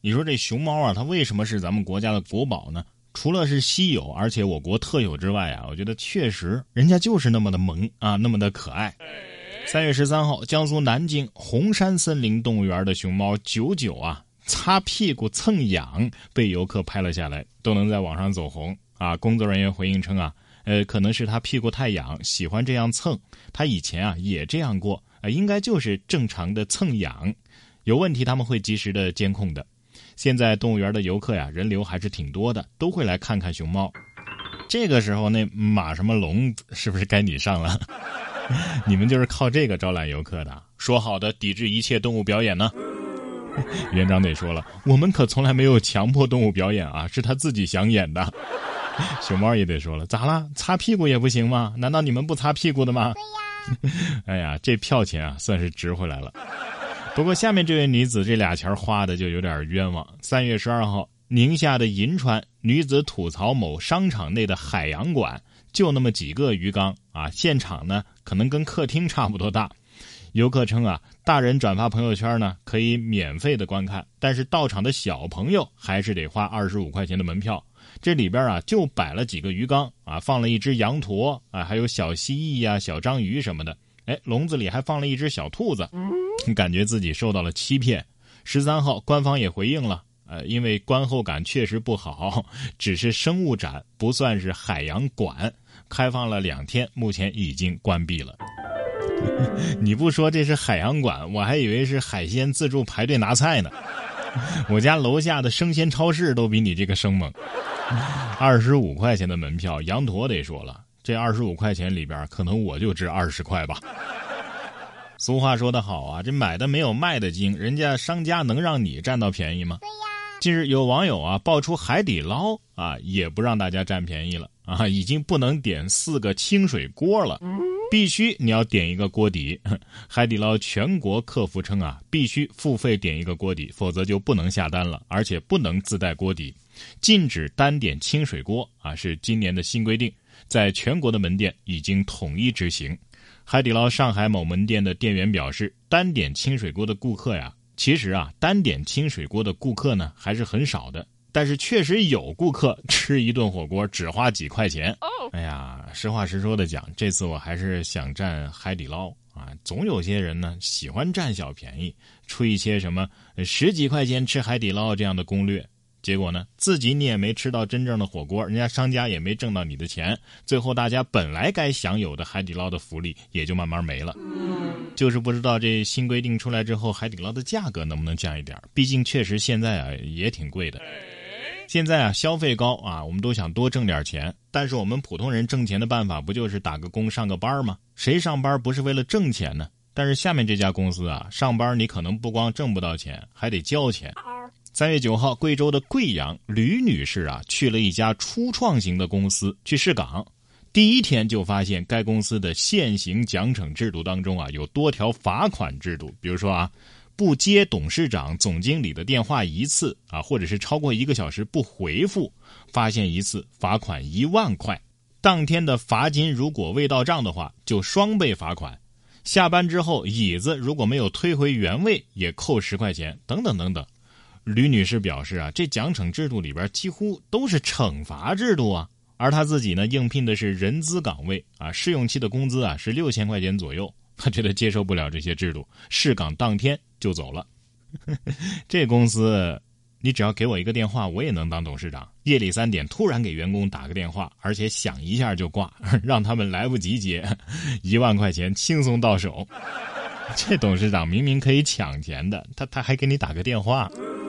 你说这熊猫啊，它为什么是咱们国家的国宝呢？除了是稀有，而且我国特有之外啊，我觉得确实人家就是那么的萌啊，那么的可爱。3月13号，江苏南京红山森林动物园的熊猫九九啊，擦屁股蹭痒被游客拍了下来，都能在网上走红啊。工作人员回应称啊，可能是他屁股太痒，喜欢这样蹭，他以前啊也这样过，应该就是正常的蹭痒，有问题他们会及时的监控的。现在动物园的游客呀，人流还是挺多的，都会来看看熊猫。这个时候那马什么龙是不是该你上了？你们就是靠这个招揽游客的？说好的抵制一切动物表演呢？园长得说了，我们可从来没有强迫动物表演啊，是他自己想演的。熊猫也得说了，咋了？擦屁股也不行吗？难道你们不擦屁股的吗？对呀。哎呀，这票钱啊算是值回来了。不过下面这位女子这俩钱花的就有点冤枉。3月12号，宁夏的银川女子吐槽某商场内的海洋馆就那么几个鱼缸啊，现场呢可能跟客厅差不多大。游客称啊，大人转发朋友圈呢可以免费的观看，但是到场的小朋友还是得花25块钱的门票。这里边啊就摆了几个鱼缸啊，放了一只羊驼啊，还有小蜥蜴呀、小章鱼什么的。笼子里还放了一只小兔子，感觉自己受到了欺骗。13号，官方也回应了，因为观后感确实不好，只是生物展，不算是海洋馆，开放了2天，目前已经关闭了。你不说这是海洋馆，我还以为是海鲜自助排队拿菜呢。我家楼下的生鲜超市都比你这个生猛。25块钱的门票，羊驼得说了，这25块钱里边可能我就值20块吧。俗话说得好啊，这买的没有卖的精，人家商家能让你占到便宜吗？对呀。近日有网友啊爆出海底捞啊也不让大家占便宜了啊，已经不能点4个清水锅了，必须你要点一个锅底。海底捞全国客服称啊，必须付费点一个锅底，否则就不能下单了，而且不能自带锅底。禁止单点清水锅啊，是今年的新规定，在全国的门店已经统一执行。海底捞上海某门店的店员表示，单点清水锅的顾客呀，其实啊，单点清水锅的顾客呢还是很少的，但是确实有顾客吃一顿火锅只花几块钱。哎呀，实话实说的讲，这次我还是想占海底捞啊，总有些人呢喜欢占小便宜，出一些什么10几块钱吃海底捞这样的攻略。结果呢，自己你也没吃到真正的火锅，人家商家也没挣到你的钱，最后大家本来该享有的海底捞的福利也就慢慢没了。就是不知道这新规定出来之后，海底捞的价格能不能降一点，毕竟确实现在啊也挺贵的。现在啊消费高啊，我们都想多挣点钱，但是我们普通人挣钱的办法不就是打个工上个班吗？谁上班不是为了挣钱呢？但是下面这家公司啊，上班你可能不光挣不到钱，还得交钱。3月9号，贵州的贵阳吕女士啊，去了一家初创型的公司去试岗，第一天就发现该公司的现行奖惩制度当中啊，有多条罚款制度。比如说啊，不接董事长、总经理的电话1次啊，或者是超过1个小时不回复，发现1次罚款1万块。当天的罚金如果未到账的话，就双倍罚款。下班之后，椅子如果没有推回原位，也扣10块钱，等等等等。吕女士表示啊，这奖惩制度里边几乎都是惩罚制度啊，而她自己呢应聘的是人资岗位啊，试用期的工资啊是6000块钱左右，她觉得接受不了这些制度，试岗当天就走了。这公司你只要给我一个电话，我也能当董事长，夜里3点突然给员工打个电话，而且响一下就挂，让他们来不及接，1万块钱轻松到手。这董事长明明可以抢钱的，他还给你打个电话。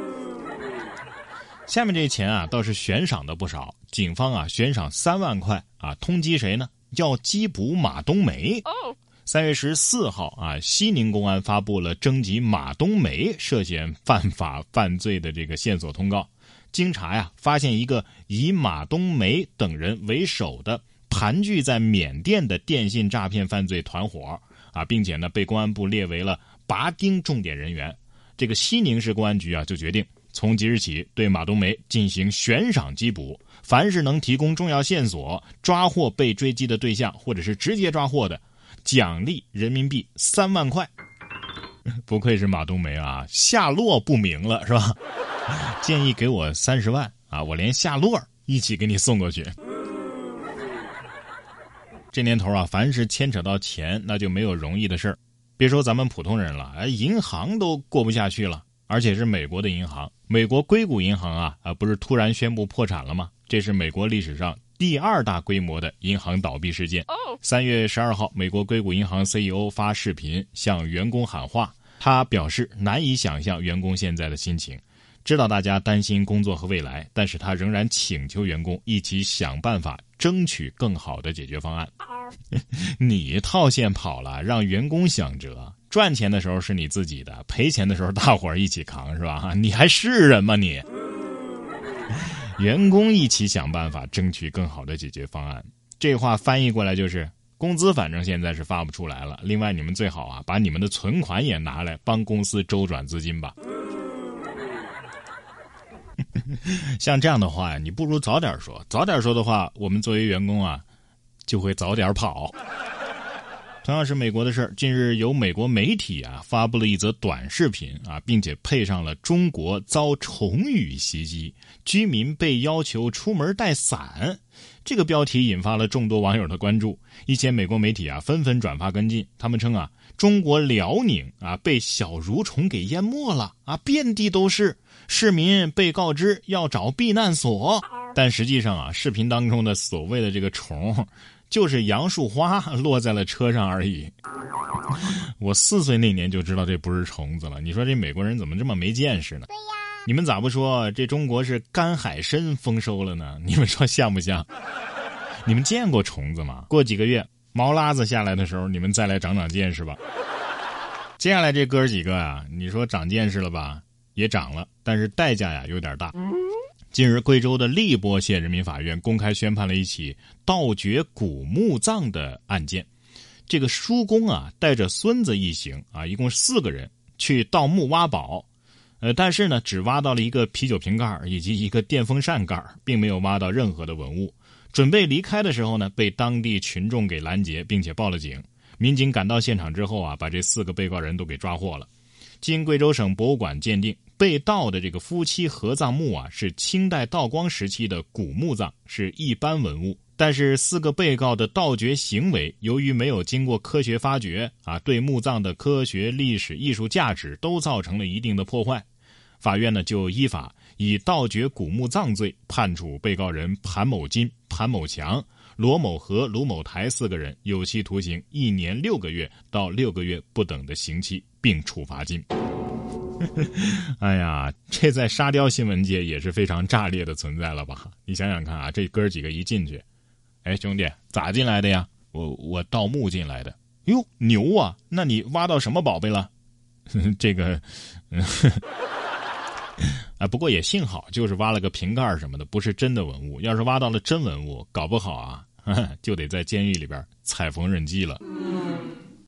下面这钱啊倒是悬赏的不少，警方啊悬赏3万块啊，通缉谁呢？要缉捕马冬梅。3月14号啊，西宁公安发布了征集马冬梅涉嫌犯法犯罪的这个线索通告。经查呀，发现一个以马冬梅等人为首的盘踞在缅甸的电信诈骗犯罪团伙啊，并且呢被公安部列为了拔丁重点人员。这个西宁市公安局啊就决定从即日起对马冬梅进行悬赏缉捕，凡是能提供重要线索、抓获被追击的对象，或者是直接抓获的，奖励人民币3万块。 不愧是马冬梅啊，下落不明了是吧？建议给我30万啊，我连下落一起给你送过去。这年头啊，凡是牵扯到钱，那就没有容易的事儿。别说咱们普通人了，银行都过不下去了，而且是美国的银行，美国硅谷银行啊，不是突然宣布破产了吗？这是美国历史上第2大规模的银行倒闭事件。3月12号，美国硅谷银行 CEO 发视频向员工喊话，他表示难以想象员工现在的心情，知道大家担心工作和未来，但是他仍然请求员工一起想办法争取更好的解决方案。你套现跑了，让员工想辙，赚钱的时候是你自己的，赔钱的时候大伙儿一起扛是吧？你还是人吗你？员工一起想办法争取更好的解决方案，这话翻译过来就是工资反正现在是发不出来了，另外你们最好啊把你们的存款也拿来帮公司周转资金吧。像这样的话呀，你不如早点说，早点说的话，我们作为员工啊就会早点跑。同样是美国的事儿，近日有美国媒体啊发布了一则短视频啊，并且配上了中国遭虫雨袭击，居民被要求出门带伞。这个标题引发了众多网友的关注，一些美国媒体啊纷纷转发跟进。他们称啊，中国辽宁啊被小蠕虫给淹没了啊，遍地都是，市民被告知要找避难所。但实际上啊，视频当中的所谓的这个虫就是杨树花落在了车上而已。我4岁那年就知道这不是虫子了，你说这美国人怎么这么没见识呢？对呀，你们咋不说这中国是干海参丰收了呢？你们说像不像？你们见过虫子吗？过几个月毛拉子下来的时候，你们再来长长见识吧。接下来这哥几个啊，你说长见识了吧？也长了，但是代价呀有点大。近日，贵州的荔波县人民法院公开宣判了一起盗掘古墓葬的案件。这个叔公啊，带着孙子一行啊，一共4个人去盗墓挖宝，但是呢，只挖到了一个啤酒瓶盖以及一个电风扇盖，并没有挖到任何的文物。准备离开的时候呢，被当地群众给拦截，并且报了警。民警赶到现场之后啊，把这4个被告人都给抓获了。经贵州省博物馆鉴定，被盗的这个夫妻合葬墓啊，是清代道光时期的古墓葬，是一般文物。但是4个被告的盗掘行为，由于没有经过科学发掘啊，对墓葬的科学、历史、艺术价值都造成了一定的破坏。法院呢就依法以盗掘古墓葬罪判处被告人潘某金、潘某强、罗某和、卢某台4个人有期徒刑1年6个月到6个月不等的刑期，并处罚金。哎呀，这在沙雕新闻界也是非常炸裂的存在了吧？你想想看啊，这哥几个一进去，哎，兄弟，咋进来的呀？我盗墓进来的。哟，牛啊！那你挖到什么宝贝了？这个，啊，不过也幸好，就是挖了个瓶盖什么的，不是真的文物。要是挖到了真文物，搞不好啊，就得在监狱里边踩缝纫机了。